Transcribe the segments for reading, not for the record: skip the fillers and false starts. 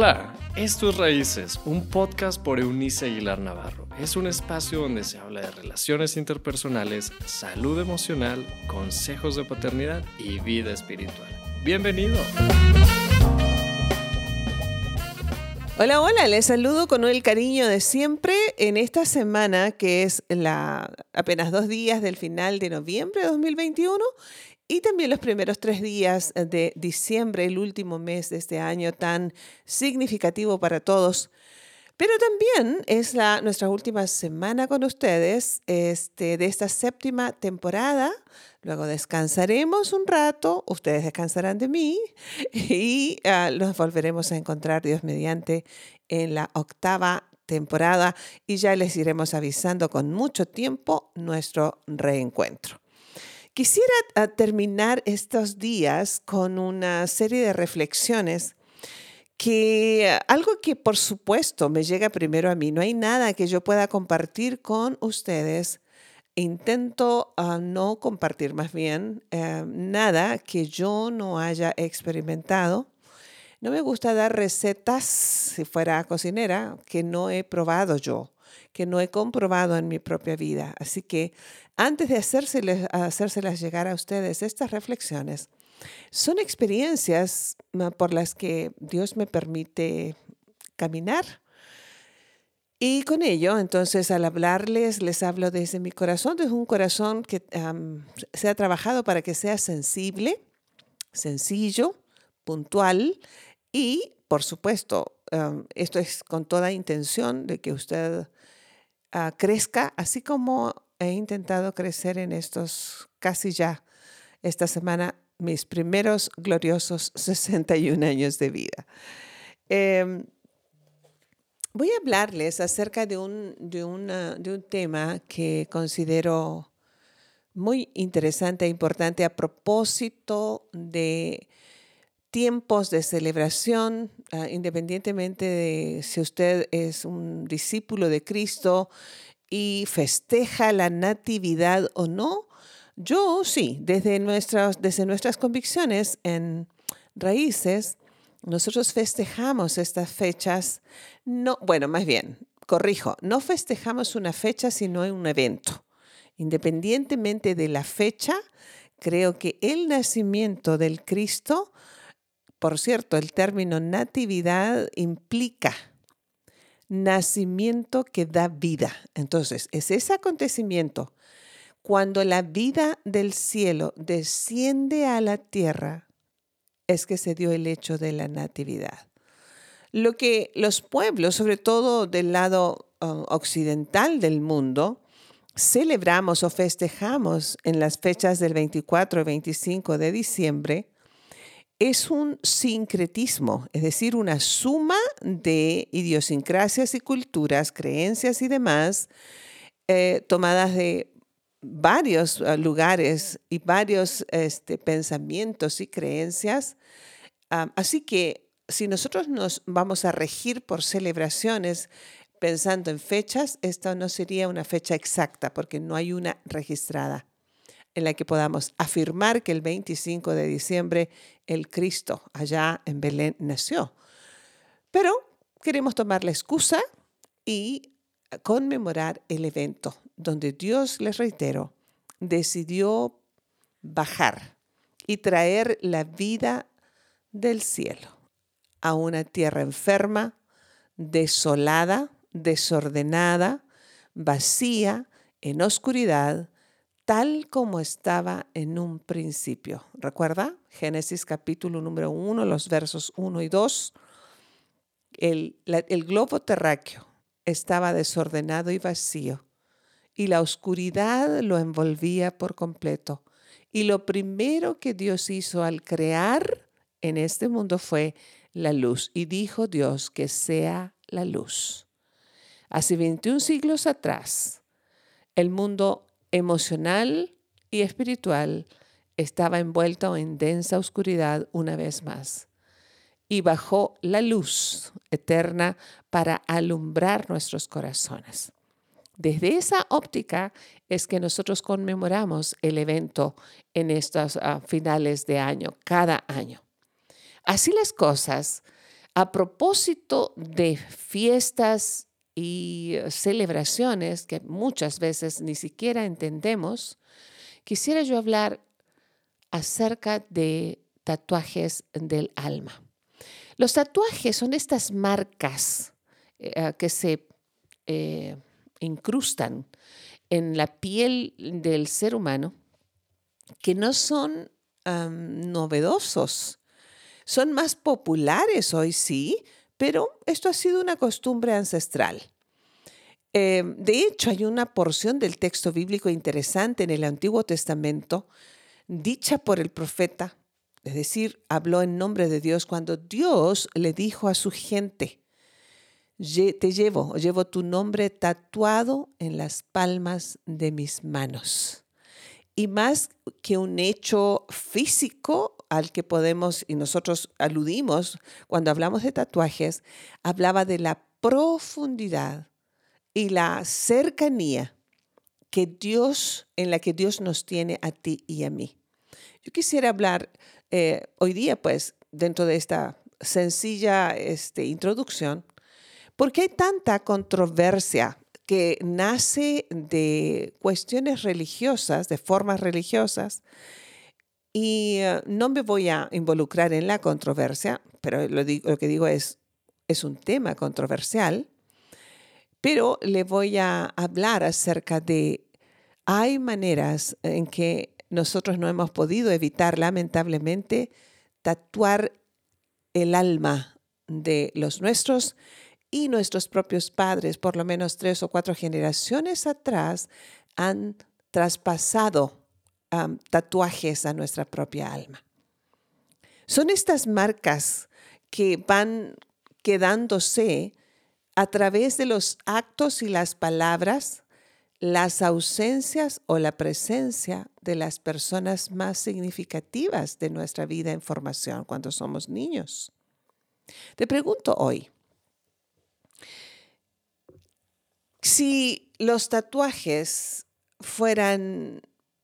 Hola, esto es Raíces, un podcast por Eunice Aguilar Navarro. Es un espacio donde se habla de relaciones interpersonales, salud emocional, consejos de paternidad y vida espiritual. ¡Bienvenido! Hola, les saludo con el cariño de siempre en esta semana que es apenas 2 días del final de noviembre de 2021 y también los primeros 3 días de diciembre, el último mes de este año tan significativo para todos. Pero también es nuestra última semana con ustedes de esta 7ª temporada. Luego descansaremos un rato, ustedes descansarán de mí y nos volveremos a encontrar, Dios mediante, en la 8ª temporada y ya les iremos avisando con mucho tiempo nuestro reencuentro. Quisiera terminar estos días con una serie de reflexiones que algo que por supuesto me llega primero a mí. No hay nada que yo pueda compartir con ustedes. Intento no compartir más bien nada que yo no haya experimentado. No me gusta dar recetas, si fuera cocinera, que no he probado yo, que no he comprobado en mi propia vida. Así que antes de hacérselas llegar a ustedes estas reflexiones, son experiencias por las que Dios me permite caminar. Y con ello, entonces, al hablarles, les hablo desde mi corazón, desde un corazón que se ha trabajado para que sea sensible, sencillo, puntual y, por supuesto, esto es con toda intención de que usted crezca, así como he intentado crecer en esta semana, mis primeros gloriosos 61 años de vida. Voy a hablarles acerca de un tema que considero muy interesante e importante a propósito de tiempos de celebración, independientemente de si usted es un discípulo de Cristo y festeja la natividad o no. Yo sí, desde nuestras convicciones en Raíces, nosotros festejamos estas fechas. No, bueno, más bien, corrijo, no festejamos una fecha, sino un evento. Independientemente de la fecha, creo que el nacimiento del Cristo, por cierto, el término natividad implica nacimiento que da vida. Entonces, es ese acontecimiento cuando la vida del cielo desciende a la tierra, es que se dio el hecho de la natividad. Lo que los pueblos, sobre todo del lado occidental del mundo, celebramos o festejamos en las fechas del 24 y 25 de diciembre, es un sincretismo, es decir, una suma de idiosincrasias y culturas, creencias y demás, tomadas de varios lugares y varios pensamientos y creencias. Así que si nosotros nos vamos a regir por celebraciones pensando en fechas, esta no sería una fecha exacta porque no hay una registrada en la que podamos afirmar que el 25 de diciembre el Cristo allá en Belén nació. Pero queremos tomar la excusa y conmemorar el evento donde Dios, les reitero, decidió bajar y traer la vida del cielo a una tierra enferma, desolada, desordenada, vacía, en oscuridad, tal como estaba en un principio. ¿Recuerda? Génesis capítulo número 1, los versos 1 y 2. El globo terráqueo estaba desordenado y vacío, y la oscuridad lo envolvía por completo. Y lo primero que Dios hizo al crear en este mundo fue la luz. Y dijo Dios que sea la luz. Hace 21 siglos atrás, el mundo emocional y espiritual estaba envuelto en densa oscuridad una vez más. Y bajó la luz eterna para alumbrar nuestros corazones. Desde esa óptica es que nosotros conmemoramos el evento en estos finales de año, cada año. Así las cosas, A propósito de fiestas y celebraciones que muchas veces ni siquiera entendemos, quisiera yo hablar acerca de tatuajes del alma. Los tatuajes son estas marcas que se eh, incrustan en la piel del ser humano, que no son novedosos. Son más populares hoy, sí, pero esto ha sido una costumbre ancestral. De hecho, hay una porción del texto bíblico interesante en el Antiguo Testamento, dicha por el profeta, es decir, habló en nombre de Dios cuando Dios le dijo a su gente: te llevo tu nombre tatuado en las palmas de mis manos. Y más que un hecho físico al que podemos, y nosotros aludimos cuando hablamos de tatuajes, hablaba de la profundidad y la cercanía en la que Dios nos tiene a ti y a mí. Yo quisiera hablar hoy día, pues, dentro de esta sencilla introducción, porque hay tanta controversia que nace de cuestiones religiosas, de formas religiosas, y no me voy a involucrar en la controversia, pero lo que digo es un tema controversial, pero le voy a hablar acerca de, hay maneras en que nosotros no hemos podido evitar, lamentablemente, tatuar el alma de los nuestros y nuestros propios padres, por lo menos 3 o 4 generaciones atrás, han traspasado tatuajes a nuestra propia alma. Son estas marcas que van quedándose a través de los actos y las palabras, las ausencias o la presencia de las personas más significativas de nuestra vida en formación cuando somos niños. Te pregunto hoy, si los tatuajes fueran,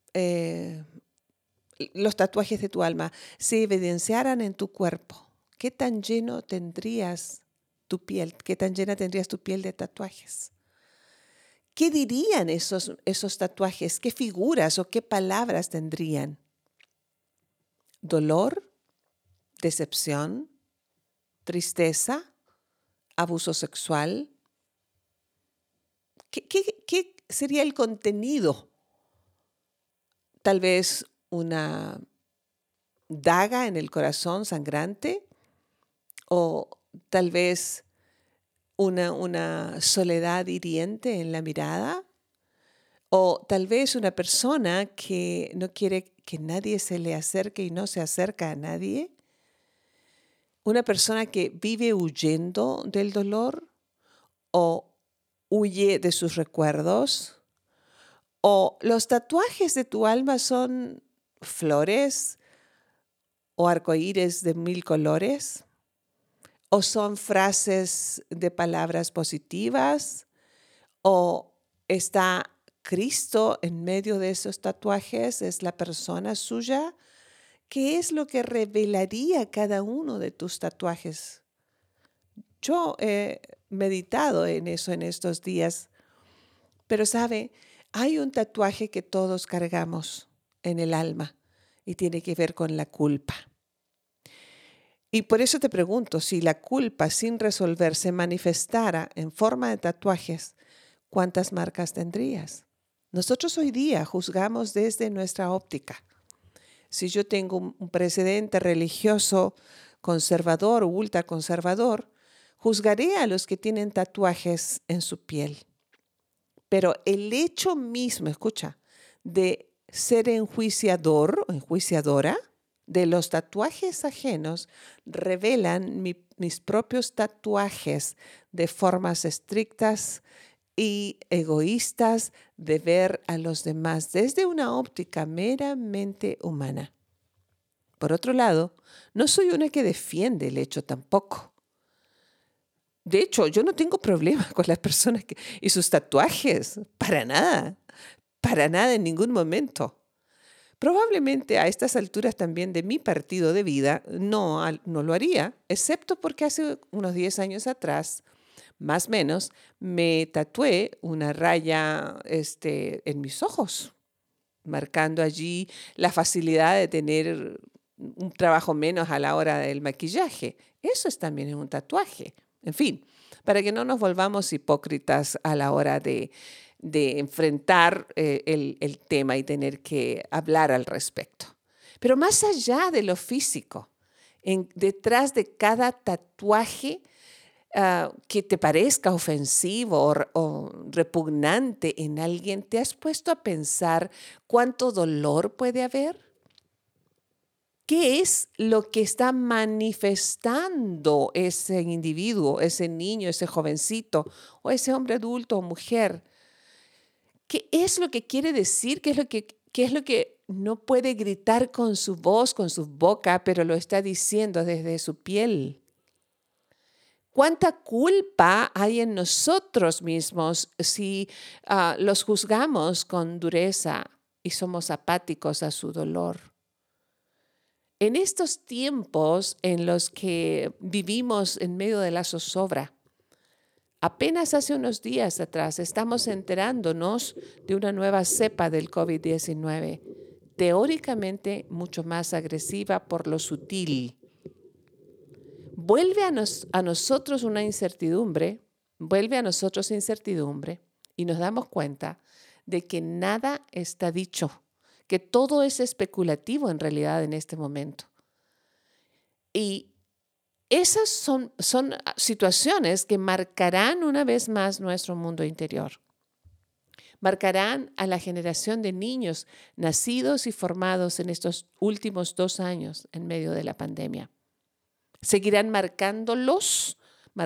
los tatuajes de tu alma, se evidenciaran en tu cuerpo, ¿qué tan lleno tendrías tu piel? ¿Qué tan llena tendrías tu piel de tatuajes? ¿Qué dirían esos tatuajes? ¿Qué figuras o qué palabras tendrían? ¿Dolor? ¿Decepción? ¿Tristeza? ¿Abuso sexual? ¿Qué sería el contenido? Tal vez una daga en el corazón sangrante, o tal vez una soledad hiriente en la mirada, o tal vez una persona que no quiere que nadie se le acerque y no se acerca a nadie, una persona que vive huyendo del dolor o huye de sus recuerdos, o los tatuajes de tu alma son flores o arcoíris de 1000 colores, o son frases de palabras positivas, o está Cristo en medio de esos tatuajes, es la persona suya. ¿Qué es lo que revelaría cada uno de tus tatuajes? Yo he meditado en eso en estos días, pero sabe, hay un tatuaje que todos cargamos en el alma y tiene que ver con la culpa. Y por eso te pregunto, si la culpa sin resolver se manifestara en forma de tatuajes, ¿cuántas marcas tendrías? Nosotros hoy día juzgamos desde nuestra óptica. Si yo tengo un precedente religioso conservador o ultraconservador, juzgaré a los que tienen tatuajes en su piel. Pero el hecho mismo, escucha, de ser enjuiciador o enjuiciadora de los tatuajes ajenos revelan mis propios tatuajes de formas estrictas y egoístas de ver a los demás desde una óptica meramente humana. Por otro lado, no soy una que defiende el hecho tampoco. De hecho, yo no tengo problema con las personas y sus tatuajes, para nada en ningún momento. Probablemente a estas alturas también de mi partido de vida no lo haría, excepto porque hace unos 10 años atrás, más o menos, me tatué una raya en mis ojos, marcando allí la facilidad de tener un trabajo menos a la hora del maquillaje. Eso también es un tatuaje. En fin, para que no nos volvamos hipócritas a la hora de enfrentar el tema y tener que hablar al respecto. Pero más allá de lo físico, detrás de cada tatuaje que te parezca ofensivo o repugnante en alguien, ¿te has puesto a pensar cuánto dolor puede haber? ¿Qué es lo que está manifestando ese individuo, ese niño, ese jovencito o ese hombre adulto o mujer? ¿Qué es lo que quiere decir? ¿Qué es lo que no puede gritar con su voz, con su boca, pero lo está diciendo desde su piel? ¿Cuánta culpa hay en nosotros mismos si los juzgamos con dureza y somos apáticos a su dolor? En estos tiempos en los que vivimos en medio de la zozobra, apenas hace unos días atrás estamos enterándonos de una nueva cepa del COVID-19, teóricamente mucho más agresiva por lo sutil. Vuelve a nosotros una incertidumbre, vuelve a nosotros incertidumbre y nos damos cuenta de que nada está dicho, que todo es especulativo en realidad en este momento. Y esas son situaciones que marcarán una vez más nuestro mundo interior. Marcarán a la generación de niños nacidos y formados en estos últimos 2 años en medio de la pandemia. Seguirán marcándonos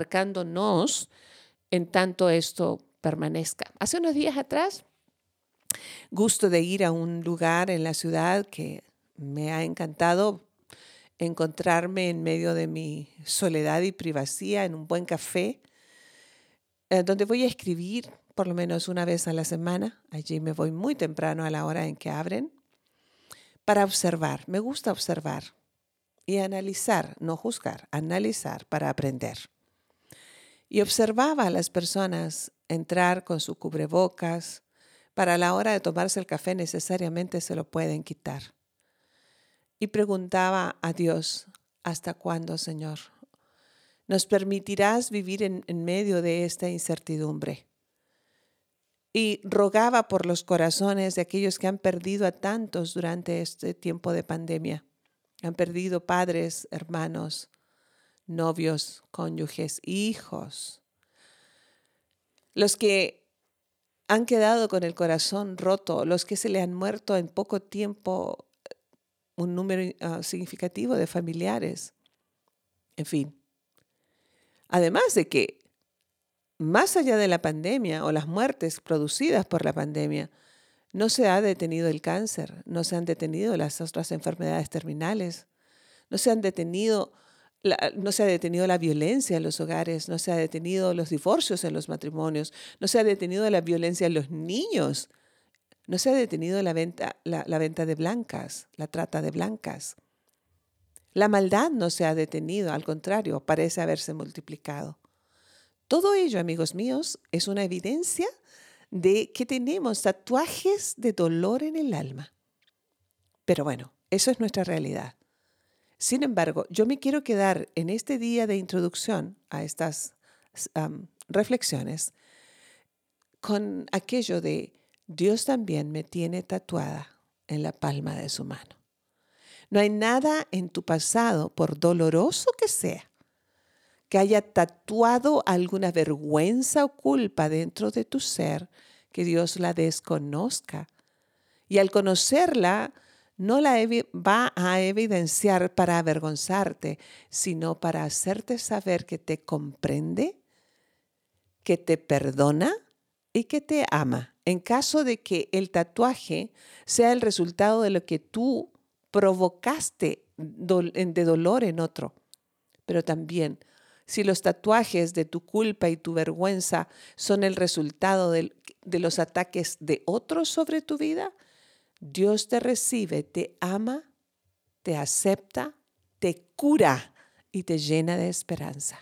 en tanto esto permanezca. Hace unos días atrás, gusto de ir a un lugar en la ciudad que me ha encantado encontrarme en medio de mi soledad y privacidad en un buen café, donde voy a escribir por lo menos una vez a la semana. Allí me voy muy temprano a la hora en que abren para observar. Me gusta observar y analizar, no juzgar, analizar para aprender. Y observaba a las personas entrar con su cubrebocas. Para la hora de tomarse el café necesariamente se lo pueden quitar. Y preguntaba a Dios, ¿hasta cuándo, Señor? ¿Nos permitirás vivir en medio de esta incertidumbre? Y rogaba por los corazones de aquellos que han perdido a tantos durante este tiempo de pandemia. Han perdido padres, hermanos, novios, cónyuges, hijos. Los que han quedado con el corazón roto, los que se le han muerto en poco tiempo un número significativo de familiares. En fin. Además de que, más allá de la pandemia o las muertes producidas por la pandemia, no se ha detenido el cáncer, no se han detenido las otras enfermedades terminales, no se ha detenido la violencia en los hogares, no se ha detenido los divorcios en los matrimonios, no se ha detenido la violencia en los niños, no se ha detenido la venta de blancas, la trata de blancas. La maldad no se ha detenido, al contrario, parece haberse multiplicado. Todo ello, amigos míos, es una evidencia de que tenemos tatuajes de dolor en el alma. Pero bueno, eso es nuestra realidad. Sin embargo, yo me quiero quedar en este día de introducción a estas reflexiones con aquello de Dios también me tiene tatuada en la palma de su mano. No hay nada en tu pasado, por doloroso que sea, que haya tatuado alguna vergüenza o culpa dentro de tu ser, que Dios la desconozca. Y al conocerla, no la va a evidenciar para avergonzarte, sino para hacerte saber que te comprende, que te perdona y que te ama. En caso de que el tatuaje sea el resultado de lo que tú provocaste de dolor en otro. Pero también, si los tatuajes de tu culpa y tu vergüenza son el resultado de los ataques de otros sobre tu vida, Dios te recibe, te ama, te acepta, te cura y te llena de esperanza.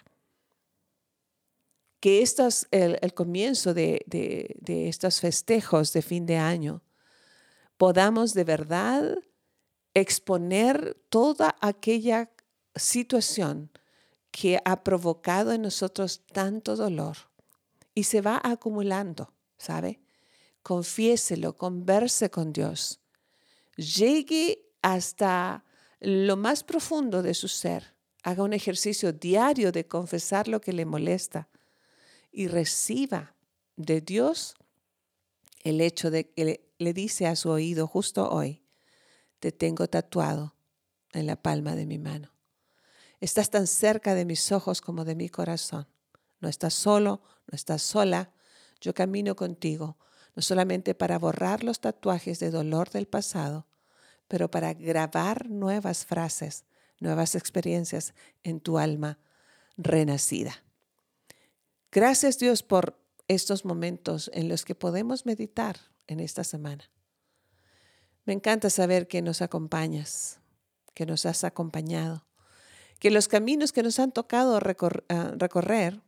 Que el comienzo de estos festejos de fin de año podamos de verdad exponer toda aquella situación que ha provocado en nosotros tanto dolor y se va acumulando, ¿sabe? Confiéselo, converse con Dios. Llegue hasta lo más profundo de su ser. Haga un ejercicio diario de confesar lo que le molesta y reciba de Dios el hecho de que le dice a su oído justo hoy: te tengo tatuado en la palma de mi mano. Estás tan cerca de mis ojos como de mi corazón. No estás solo, no estás sola. Yo camino contigo, no solamente para borrar los tatuajes de dolor del pasado, pero para grabar nuevas frases, nuevas experiencias en tu alma renacida. Gracias, Dios, por estos momentos en los que podemos meditar en esta semana. Me encanta saber que nos acompañas, que nos has acompañado, que los caminos que nos han tocado recorrer,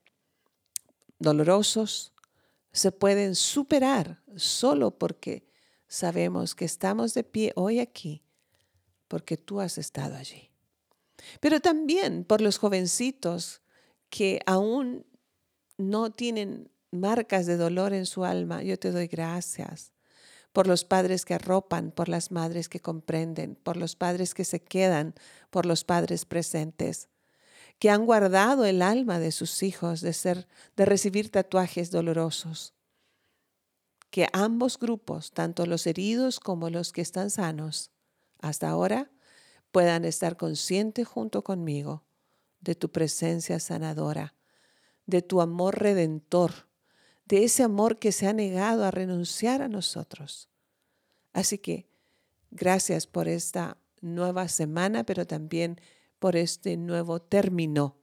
dolorosos, se pueden superar solo porque sabemos que estamos de pie hoy aquí, porque tú has estado allí. Pero también por los jovencitos que aún no tienen marcas de dolor en su alma, yo te doy gracias. Por los padres que arropan, por las madres que comprenden, por los padres que se quedan, por los padres presentes, que han guardado el alma de sus hijos de recibir tatuajes dolorosos. Que ambos grupos, tanto los heridos como los que están sanos, hasta ahora puedan estar conscientes junto conmigo de tu presencia sanadora, de tu amor redentor, de ese amor que se ha negado a renunciar a nosotros. Así que gracias por esta nueva semana, pero también por este nuevo término,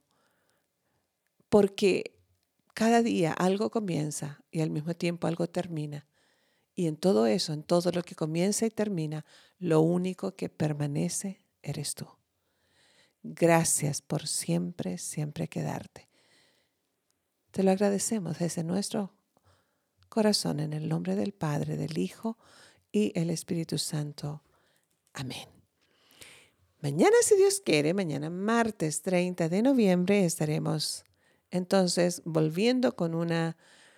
porque cada día algo comienza y al mismo tiempo algo termina. Y en todo eso, en todo lo que comienza y termina, lo único que permanece eres tú. Gracias por siempre, siempre quedarte. Te lo agradecemos desde nuestro corazón, en el nombre del Padre, del Hijo y el Espíritu Santo. Amén. Mañana, si Dios quiere, mañana martes 30 de noviembre, estaremos entonces volviendo con una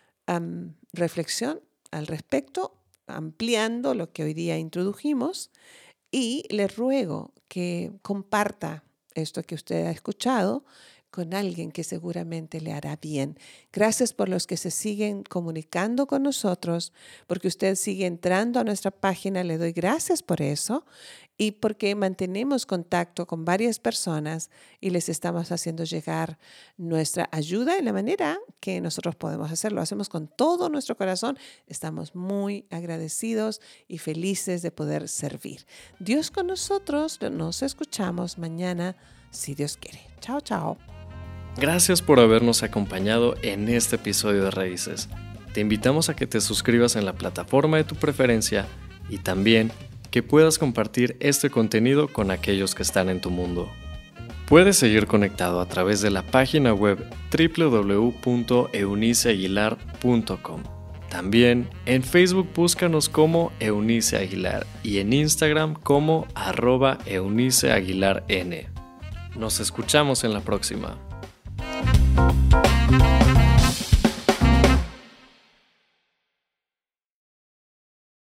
reflexión al respecto, ampliando lo que hoy día introdujimos, y le ruego que comparta esto que usted ha escuchado con alguien que seguramente le hará bien. Gracias por los que se siguen comunicando con nosotros, porque usted sigue entrando a nuestra página, le doy gracias por eso, y porque mantenemos contacto con varias personas y les estamos haciendo llegar nuestra ayuda en la manera que nosotros podemos hacerlo. Lo hacemos con todo nuestro corazón. Estamos muy agradecidos y felices de poder servir. Dios con nosotros. Nos escuchamos mañana, si Dios quiere. Chao, chao. Gracias por habernos acompañado en este episodio de Raíces. Te invitamos a que te suscribas en la plataforma de tu preferencia y también que puedas compartir este contenido con aquellos que están en tu mundo. Puedes seguir conectado a través de la página web www.euniceaguilar.com. También en Facebook búscanos como Eunice Aguilar y en Instagram como @EuniceAguilarN. Nos escuchamos en la próxima.